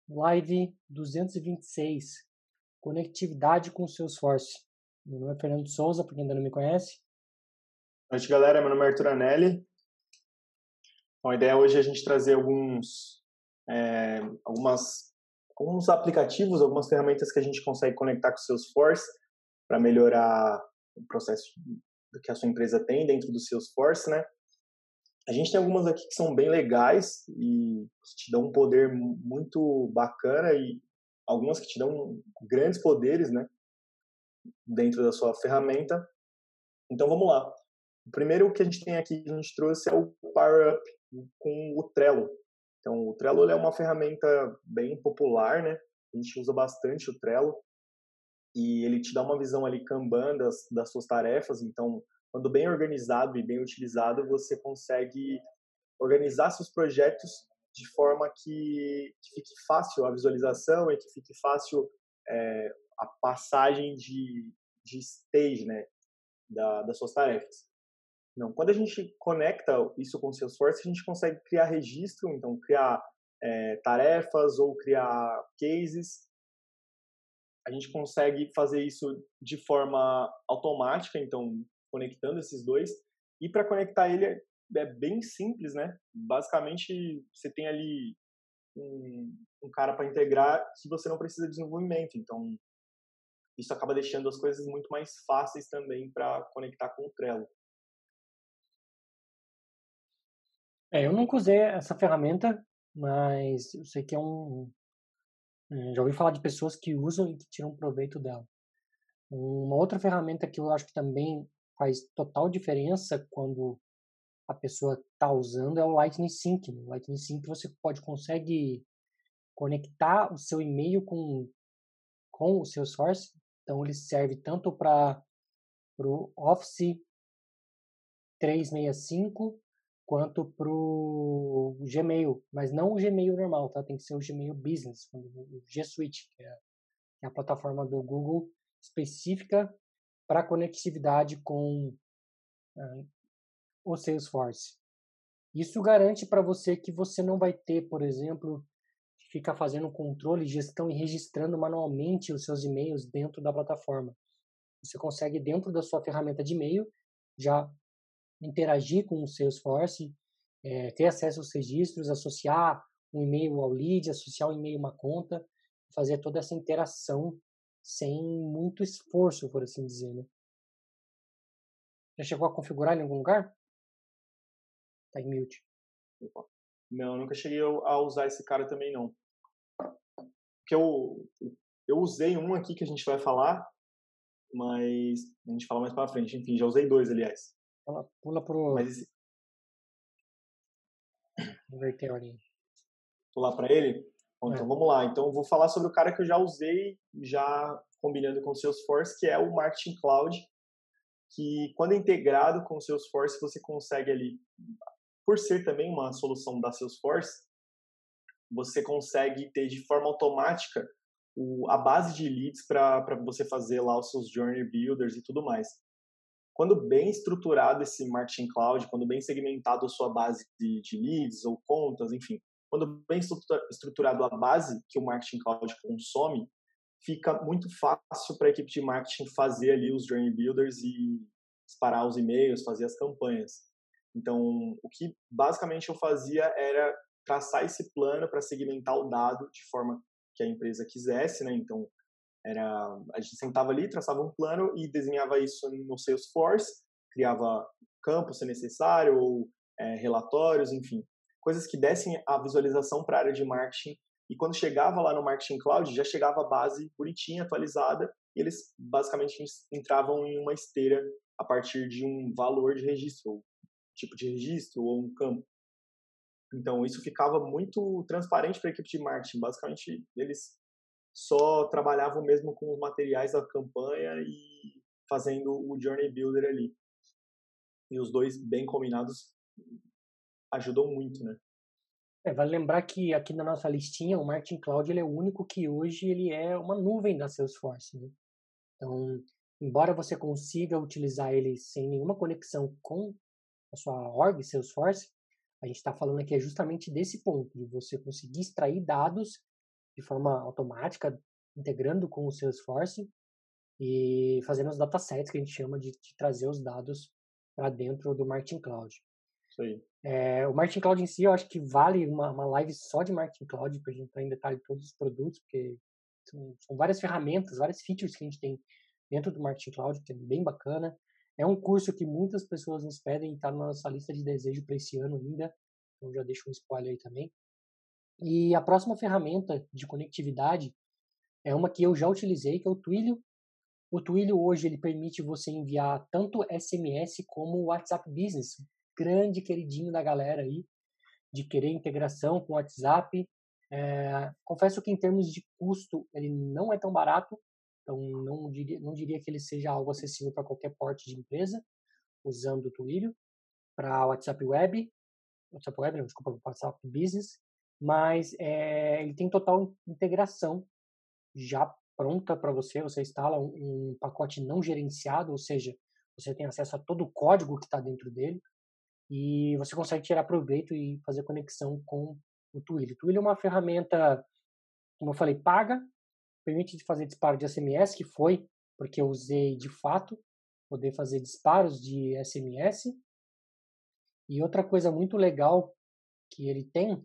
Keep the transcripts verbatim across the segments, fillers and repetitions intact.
Live duzentos e vinte e seis, conectividade com o Salesforce. Meu nome é Fernando Souza, para quem ainda não me conhece. Boa noite, galera. Meu nome é Arthur Anelli. Então, a ideia hoje é a gente trazer alguns, é, algumas, alguns aplicativos, algumas ferramentas que a gente consegue conectar com o Salesforce para melhorar o processo que a sua empresa tem dentro do Salesforce, né? A gente tem algumas aqui que são bem legais e que te dão um poder muito bacana e algumas que te dão grandes poderes, né, dentro da sua ferramenta. Então, vamos lá. O primeiro que a gente tem aqui, que a gente trouxe, é o Power Up com o Trello. Então, o Trello é uma ferramenta bem popular, né? A gente usa bastante o Trello e ele te dá uma visão ali Kanban das, das suas tarefas. Então, quando bem organizado e bem utilizado, você consegue organizar seus projetos de forma que, que fique fácil a visualização e que fique fácil é, a passagem de, de stage, né, da, das suas tarefas. Não, quando a gente conecta isso com o Salesforce, a gente consegue criar registro, então criar é, tarefas ou criar cases. A gente consegue fazer isso de forma automática, então conectando esses dois. E para conectar ele é, é bem simples, né? Basicamente, você tem ali um, um cara para integrar que você não precisa de desenvolvimento. Então, isso acaba deixando as coisas muito mais fáceis também para conectar com o Trello. É, eu nunca usei essa ferramenta, mas eu sei que é um... Já ouvi falar de pessoas que usam e que tiram proveito dela. Uma outra ferramenta que eu acho que também faz total diferença quando a pessoa está usando é o Lightning Sync. No Lightning Sync você pode consegue conectar o seu e-mail com, com o Salesforce. Então ele serve tanto para o Office trezentos e sessenta e cinco quanto para o Gmail, mas não o Gmail normal, tá? Tem que ser o Gmail Business, o G Suite, que é a plataforma do Google específica para conectividade com uh, o Salesforce. Isso garante para você que você não vai ter, por exemplo, que ficar fazendo controle, gestão e registrando manualmente os seus e-mails dentro da plataforma. Você consegue, dentro da sua ferramenta de e-mail, já interagir com o Salesforce, é, ter acesso aos registros, associar um e-mail ao lead, associar um e-mail a uma conta, fazer toda essa interação sem muito esforço, por assim dizer, né? Já chegou a configurar em algum lugar? Tá em mute. Não, nunca cheguei a usar esse cara também, não. Porque eu, eu usei um aqui que a gente vai falar, mas a gente fala mais pra frente. Enfim, já usei dois, aliás. Pula, pula pro... Mas esse... Inverter a linha. Pular para ele? Bom, É. então vamos lá. Então eu vou falar sobre o cara que eu já usei, já combinando com o Salesforce, que é o Marketing Cloud, que quando é integrado com o Salesforce, você consegue ali, por ser também uma solução da Salesforce, você consegue ter de forma automática o, a base de leads para você fazer lá os seus journey builders e tudo mais. Quando bem estruturado esse Marketing Cloud, quando bem segmentado a sua base de, de leads ou contas, enfim, quando bem estruturado a base que o Marketing Cloud consome, fica muito fácil para a equipe de marketing fazer ali os journey builders e disparar os e-mails, fazer as campanhas. Então, o que basicamente eu fazia era traçar esse plano para segmentar o dado de forma que a empresa quisesse, né? Então, era, a gente sentava ali, traçava um plano e desenhava isso no Salesforce, criava campos se necessário, ou é, relatórios, enfim, coisas que dessem a visualização para a área de marketing. E quando chegava lá no Marketing Cloud, já chegava a base bonitinha, atualizada, e eles basicamente entravam em uma esteira a partir de um valor de registro, ou tipo de registro, ou um campo. Então, isso ficava muito transparente para a equipe de marketing. Basicamente, eles só trabalhavam mesmo com os materiais da campanha e fazendo o Journey Builder ali. E os dois bem combinados ajudam muito, né? É, vale lembrar que aqui na nossa listinha, o Marketing Cloud ele é o único que hoje ele é uma nuvem da Salesforce, né? Então, embora você consiga utilizar ele sem nenhuma conexão com a sua org Salesforce, a gente está falando aqui é justamente desse ponto, de você conseguir extrair dados de forma automática, integrando com o Salesforce e fazendo os datasets que a gente chama de, de trazer os dados para dentro do Marketing Cloud. Isso aí. É, o Marketing Cloud em si, eu acho que vale uma, uma live só de Marketing Cloud, para a gente entrar em detalhe de todos os produtos, porque são, são várias ferramentas, várias features que a gente tem dentro do Marketing Cloud, que é bem bacana. É um curso que muitas pessoas nos pedem e está na nossa lista de desejo para esse ano ainda, então já deixo um spoiler aí também. E a próxima ferramenta de conectividade é uma que eu já utilizei, que é o Twilio. O Twilio hoje ele permite você enviar tanto S M S como o WhatsApp Business, grande queridinho da galera aí, de querer integração com o WhatsApp. É, confesso que em termos de custo ele não é tão barato, então não diria, não diria que ele seja algo acessível para qualquer porte de empresa, usando o Twilio para WhatsApp Web, WhatsApp Web, não, desculpa, WhatsApp Business, mas é, ele tem total integração já pronta para você, você instala um, um pacote não gerenciado, ou seja, você tem acesso a todo o código que está dentro dele e você consegue tirar proveito e fazer conexão com o Twilio. O Twilio é uma ferramenta, como eu falei, paga, permite fazer disparo de S M S, que foi porque eu usei de fato, poder fazer disparos de S M S. E outra coisa muito legal que ele tem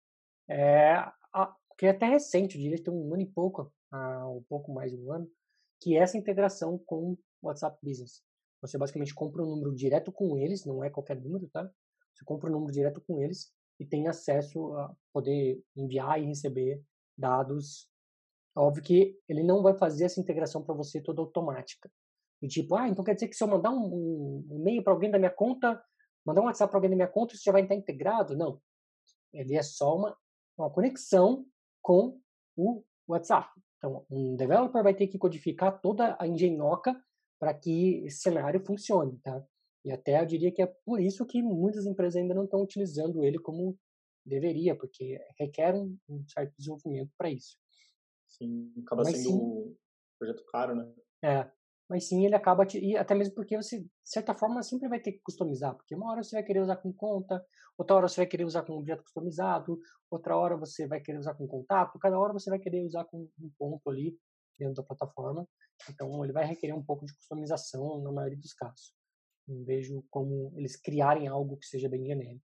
é, a, que é até recente, eu diria que tem um ano e pouco, ah, um pouco mais de um ano, que é essa integração com o WhatsApp Business. Você basicamente compra um número direto com eles, não é qualquer número, tá? Você compra um número direto com eles e tem acesso a poder enviar e receber dados. Óbvio que ele não vai fazer essa integração para você toda automática. E tipo, ah, então quer dizer que se eu mandar um, um, um e-mail para alguém da minha conta, mandar um WhatsApp para alguém da minha conta, isso já vai estar integrado? Não. Ele é só uma, uma conexão com o WhatsApp. Então, um developer vai ter que codificar toda a engenhoca para que esse cenário funcione, tá? E até eu diria que é por isso que muitas empresas ainda não estão utilizando ele como deveria, porque requer um, um certo desenvolvimento para isso. Sim, acaba Mas sendo sim, um projeto caro, né? é, mas sim, ele acaba, te, e até mesmo porque você, de certa forma, sempre vai ter que customizar, porque uma hora você vai querer usar com conta, outra hora você vai querer usar com objeto customizado, outra hora você vai querer usar com contato, cada hora você vai querer usar com um ponto ali dentro da plataforma, então ele vai requerer um pouco de customização na maioria dos casos. Não vejo como eles criarem algo que seja bem genérico.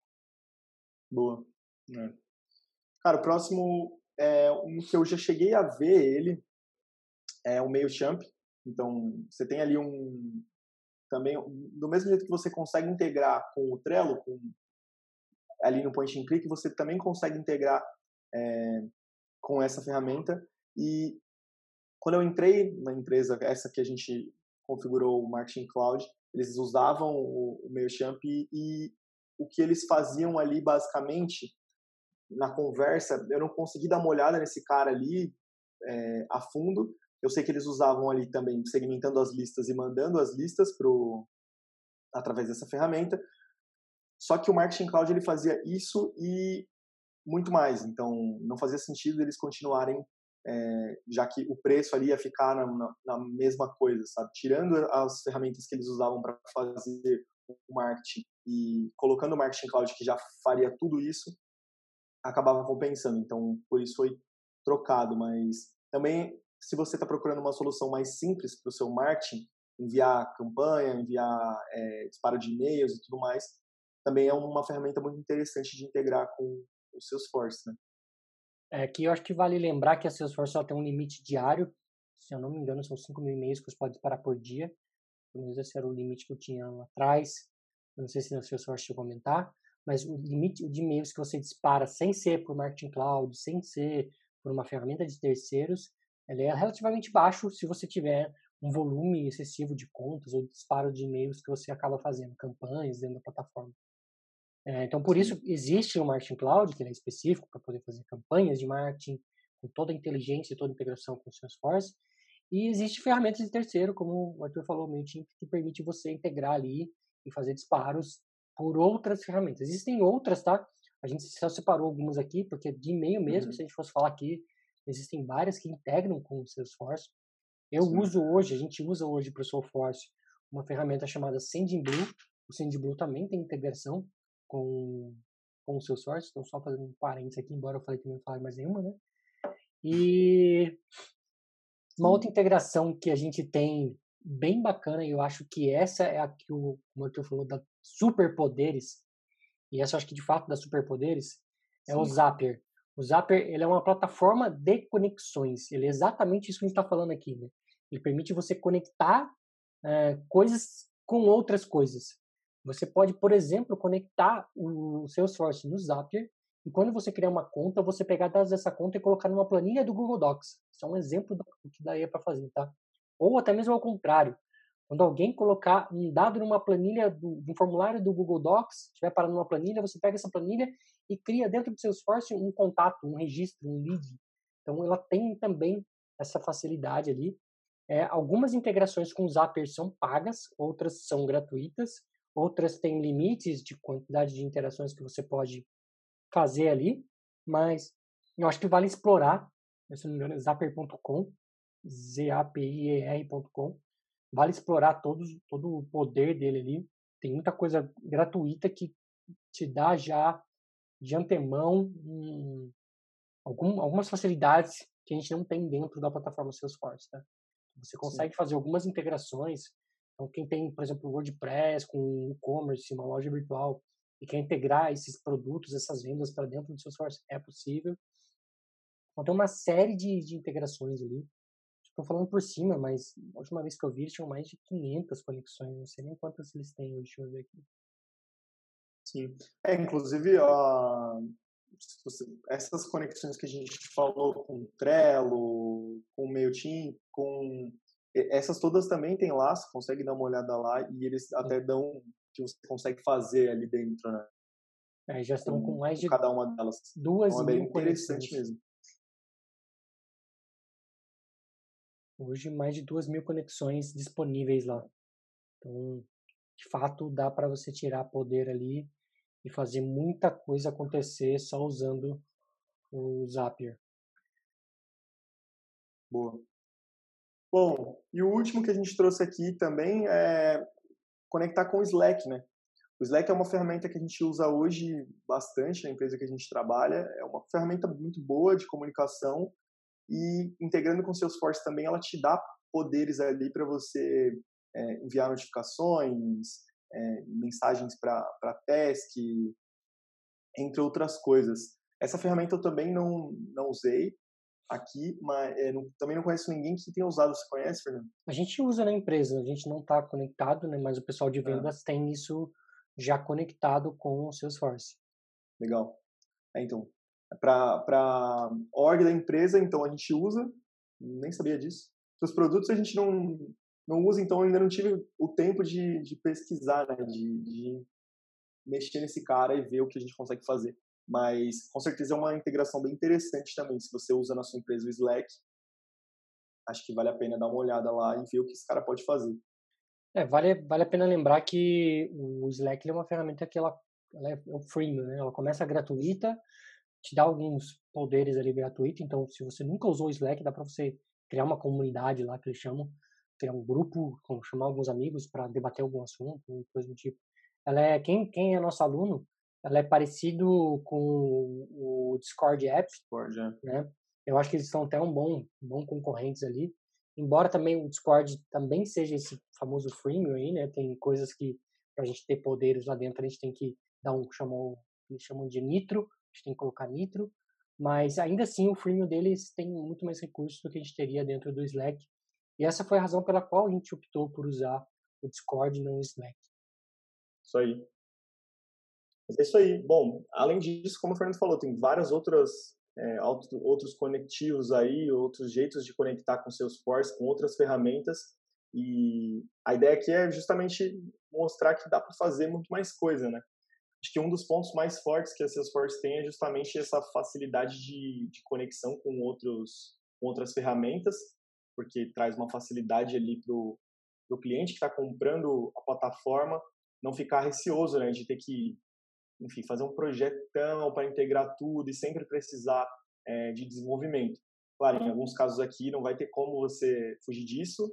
Boa. É. Cara, o próximo é um que eu já cheguei a ver ele, é o Mailchimp. Então, você tem ali um também do mesmo jeito que você consegue integrar com o Trello, com, ali no Point and Click, você também consegue integrar é, com essa ferramenta. E quando eu entrei na empresa, essa que a gente configurou o Marketing Cloud, eles usavam o, o Mailchimp e, e o que eles faziam ali basicamente na conversa, eu não consegui dar uma olhada nesse cara ali é, a fundo. Eu sei que eles usavam ali também segmentando as listas e mandando as listas pro através dessa ferramenta. Só que o Marketing Cloud ele fazia isso e muito mais. Então, não fazia sentido eles continuarem, é, já que o preço ali ia ficar na, na, na mesma coisa, sabe? Tirando as ferramentas que eles usavam para fazer o marketing e colocando o Marketing Cloud que já faria tudo isso, acabava compensando. Então, por isso foi trocado. Mas também, se você está procurando uma solução mais simples para o seu marketing, enviar campanha, enviar é, disparo de e-mails e tudo mais, também é uma ferramenta muito interessante de integrar com o Salesforce, né? É, que eu acho que vale lembrar que a Salesforce só tem um limite diário, se eu não me engano, são cinco mil e-mails que você pode disparar por dia. Pelo menos esse era o limite que eu tinha lá atrás. Eu não sei se no Salesforce chegou a aumentar, mas o limite de e-mails que você dispara sem ser por Marketing Cloud, sem ser por uma ferramenta de terceiros, ele é relativamente baixo se você tiver um volume excessivo de contas ou disparo de e-mails que você acaba fazendo, campanhas dentro da plataforma. É, então, por isso, Sim. existe o Marketing Cloud, que ele é específico para poder fazer campanhas de marketing, com toda a inteligência e toda a integração com o Salesforce. E existe ferramentas de terceiro, como o Arthur falou, o MailChimp, que permite você integrar ali e fazer disparos por outras ferramentas. Existem outras, tá? A gente só separou algumas aqui, porque de e-mail mesmo, Uhum. se a gente fosse falar aqui, existem várias que integram com o Salesforce. Eu Sim. uso hoje, a gente usa hoje para o Salesforce uma ferramenta chamada Sendinblue. O Sendinblue também tem integração com, com o Salesforce, então só fazendo um parênteses aqui, embora eu falei que não fale mais nenhuma, né? E uma outra Sim. integração que a gente tem bem bacana, e eu acho que essa é a que o, o Arthur falou, da superpoderes, e essa eu acho que de fato dá superpoderes, é o Sim. Zapier. O Zapier, ele é uma plataforma de conexões. Ele é exatamente isso que a gente está falando aqui, né? Ele permite você conectar é, coisas com outras coisas. Você pode, por exemplo, conectar o Salesforce no Zapier e quando você criar uma conta, você pegar dados dessa conta e colocar numa planilha do Google Docs. Isso é um exemplo do que daria para fazer, tá? Ou até mesmo ao contrário. Quando alguém colocar um dado numa planilha, do, de um formulário do Google Docs, estiver parando numa planilha, você pega essa planilha e cria dentro do Salesforce um contato, um registro, um lead. Então, ela tem também essa facilidade ali. É, algumas integrações com o Zapier são pagas, outras são gratuitas, outras têm limites de quantidade de interações que você pode fazer ali, mas eu acho que vale explorar, se não me engano, é zapier ponto com, Z A P I E R ponto com, vale explorar todos, todo o poder dele ali, tem muita coisa gratuita que te dá já de antemão um, algum, algumas facilidades que a gente não tem dentro da plataforma Salesforce, tá? Você Sim. consegue fazer algumas integrações. Então, quem tem, por exemplo, WordPress com e-commerce, uma loja virtual, e quer integrar esses produtos, essas vendas para dentro do Salesforce, é possível. Então, tem uma série de, de integrações ali. Estou falando por cima, mas a última vez que eu vi, eles tinham mais de quinhentas conexões. Não sei nem quantas eles têm hoje, deixa eu ver aqui. Sim. É, inclusive, a, essas conexões que a gente falou com Trello, com MailChimp, com essas todas também tem lá, você consegue dar uma olhada lá e eles até dão o que você consegue fazer ali dentro, né? É, já estão com Com, mais com de cada uma delas. duas Então é bem mil conexões. interessante mesmo. Hoje, mais de duas mil conexões disponíveis lá. Então, de fato, dá para você tirar poder ali e fazer muita coisa acontecer só usando o Zapier. Boa. Bom, e o último que a gente trouxe aqui também é conectar com o Slack, né? O Slack é uma ferramenta que a gente usa hoje bastante na empresa que a gente trabalha. É uma ferramenta muito boa de comunicação e integrando com o Salesforce também, ela te dá poderes ali para você é, enviar notificações, é, mensagens para task, entre outras coisas. Essa ferramenta eu também não, não usei aqui, mas é, não, também não conheço ninguém que tenha usado. Você conhece, Fernando? A gente usa na empresa, a gente não está conectado, né, mas o pessoal de Ah, vendas tem isso já conectado com o Salesforce. legal. É, então, para org da empresa, então a gente usa, nem sabia disso. Para os produtos a gente não, não usa, então ainda não tive o tempo de, de pesquisar, né, de, de mexer nesse cara e ver o que a gente consegue fazer. Mas com certeza é uma integração bem interessante também. Se você usa na sua empresa o Slack, acho que vale a pena dar uma olhada lá e ver o que esse cara pode fazer. É, vale, vale a pena lembrar que o Slack é uma ferramenta que ela, ela é é um freemium, né? Ela começa gratuita, te dá alguns poderes ali gratuitos. Então, se você nunca usou o Slack, dá para você criar uma comunidade lá que eles chamam, criar um grupo, chamar alguns amigos para debater algum assunto, coisa do tipo. Ela é quem quem é nosso aluno, ela é parecido com o Discord app, Discord, é. né? Eu acho que eles são até um bom, um bom concorrentes ali. Embora também o Discord também seja esse famoso freemium aí, né? Tem coisas que para a gente ter poderes lá dentro a gente tem que dar um chamam, eles chamam de nitro, a gente tem que colocar nitro, mas ainda assim o freemium deles tem muito mais recursos do que a gente teria dentro do Slack. E essa foi a razão pela qual a gente optou por usar o Discord e não o Slack. Isso aí. Mas é isso aí. Bom, além disso, como o Fernando falou, tem várias outras é, outros conectivos aí, outros jeitos de conectar com Salesforce, com outras ferramentas. E a ideia aqui é justamente mostrar que dá para fazer muito mais coisa, né? Acho que um dos pontos mais fortes que a Salesforce tem é justamente essa facilidade de, de conexão com, outros, com outras ferramentas, porque traz uma facilidade ali para o cliente que está comprando a plataforma não ficar receoso, né, de ter que, enfim, fazer um projetão para integrar tudo e sempre precisar é, de desenvolvimento. Claro, em alguns casos aqui não vai ter como você fugir disso,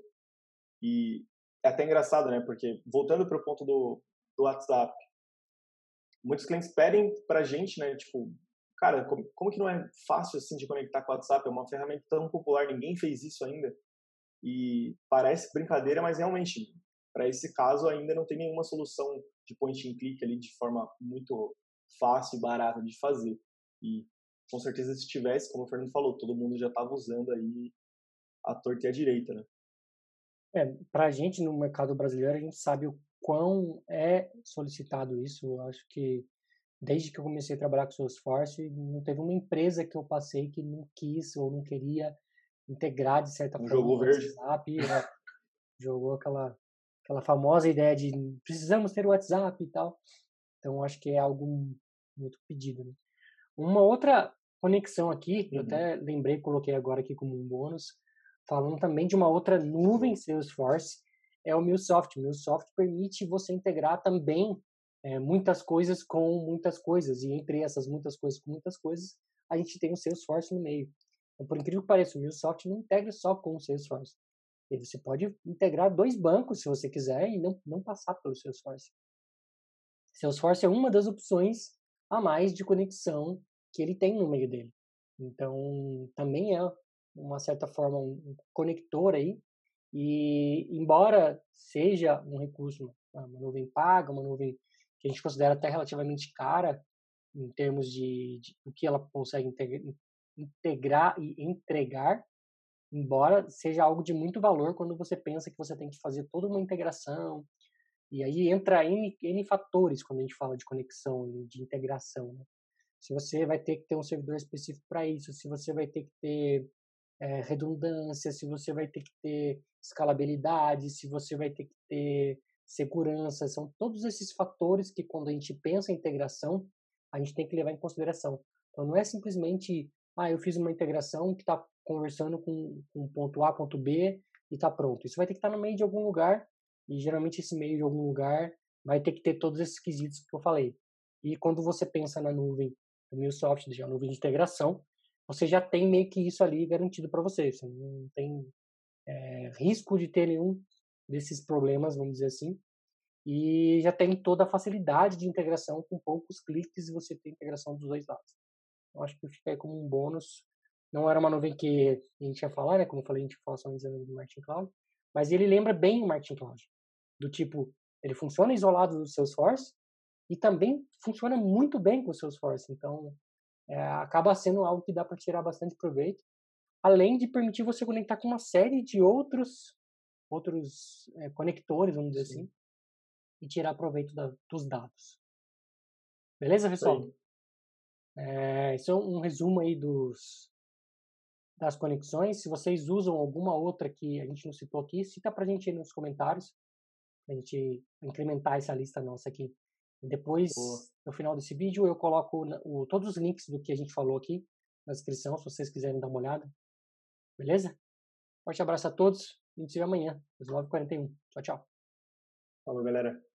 e é até engraçado, né, porque voltando para o ponto do, do WhatsApp, muitos clientes pedem para a gente, né, tipo, cara, como, como que não é fácil assim de conectar com o WhatsApp? É uma ferramenta tão popular, ninguém fez isso ainda. E parece brincadeira, mas realmente, para esse caso ainda não tem nenhuma solução de point and click ali de forma muito fácil e barata de fazer. E com certeza se tivesse, como o Fernando falou, todo mundo já estava usando aí a torta e a direita, né? É, para a gente no mercado brasileiro, a gente sabe o quão é solicitado isso. Eu acho que desde que eu comecei a trabalhar com Salesforce, não teve uma empresa que eu passei que não quis ou não queria integrar de certa Não forma jogou o verde. WhatsApp, né? Jogou aquela aquela famosa ideia de precisamos ter o WhatsApp e tal. Então acho que é algo muito pedido, né? Uma outra conexão aqui, eu Uhum. até lembrei, coloquei agora aqui como um bônus, falando também de uma outra nuvem Salesforce, é o MuleSoft. O MuleSoft permite você integrar também é, muitas coisas com muitas coisas, e entre essas muitas coisas com muitas coisas, a gente tem o Salesforce no meio. Então, por incrível que pareça, o MuleSoft não integra só com o Salesforce. E você pode integrar dois bancos, se você quiser, e não, não passar pelo Salesforce. Salesforce é uma das opções a mais de conexão que ele tem no meio dele. Então, também é, uma certa forma, um conector aí. E, embora seja um recurso, uma nuvem paga, uma nuvem que a gente considera até relativamente cara, em termos de, de o que ela consegue integrar, integrar e entregar, embora seja algo de muito valor quando você pensa que você tem que fazer toda uma integração, e aí entra N, N fatores quando a gente fala de conexão, de integração, né? Se você vai ter que ter um servidor específico para isso, se você vai ter que ter é, redundância, se você vai ter que ter escalabilidade, se você vai ter que ter segurança, são todos esses fatores que quando a gente pensa em integração, a gente tem que levar em consideração. Então não é simplesmente, ah, eu fiz uma integração que está conversando com, com ponto A, ponto B e está pronto. Isso vai ter que estar tá no meio de algum lugar e geralmente esse meio de algum lugar vai ter que ter todos esses quesitos que eu falei. E quando você pensa na nuvem do MuleSoft, a nuvem de integração, você já tem meio que isso ali garantido para você. Você não tem é, risco de ter nenhum desses problemas, vamos dizer assim. E já tem toda a facilidade de integração com poucos cliques e você tem integração dos dois lados. Eu acho que fica aí como um bônus. Não era uma nuvem que a gente ia falar, né? Como eu falei, a gente fala só do Marketing Cloud. Mas ele lembra bem o Marketing Cloud. Do tipo, ele funciona isolado do Salesforce e também funciona muito bem com o Salesforce. Então, é, acaba sendo algo que dá para tirar bastante proveito, além de permitir você conectar com uma série de outros outros é, conectores, vamos dizer Sim. assim, e tirar proveito da, dos dados. Beleza, Isso pessoal? aí. É, isso é um resumo aí dos, das conexões. Se vocês usam alguma outra que a gente não citou aqui, cita pra gente aí nos comentários, pra gente incrementar essa lista nossa aqui. Boa. Depois, no final desse vídeo, eu coloco o, todos os links do que a gente falou aqui na descrição, se vocês quiserem dar uma olhada. Beleza? Forte abraço a todos. A gente se vê amanhã, às nove e quarenta e um. Tchau, tchau. Falou, galera.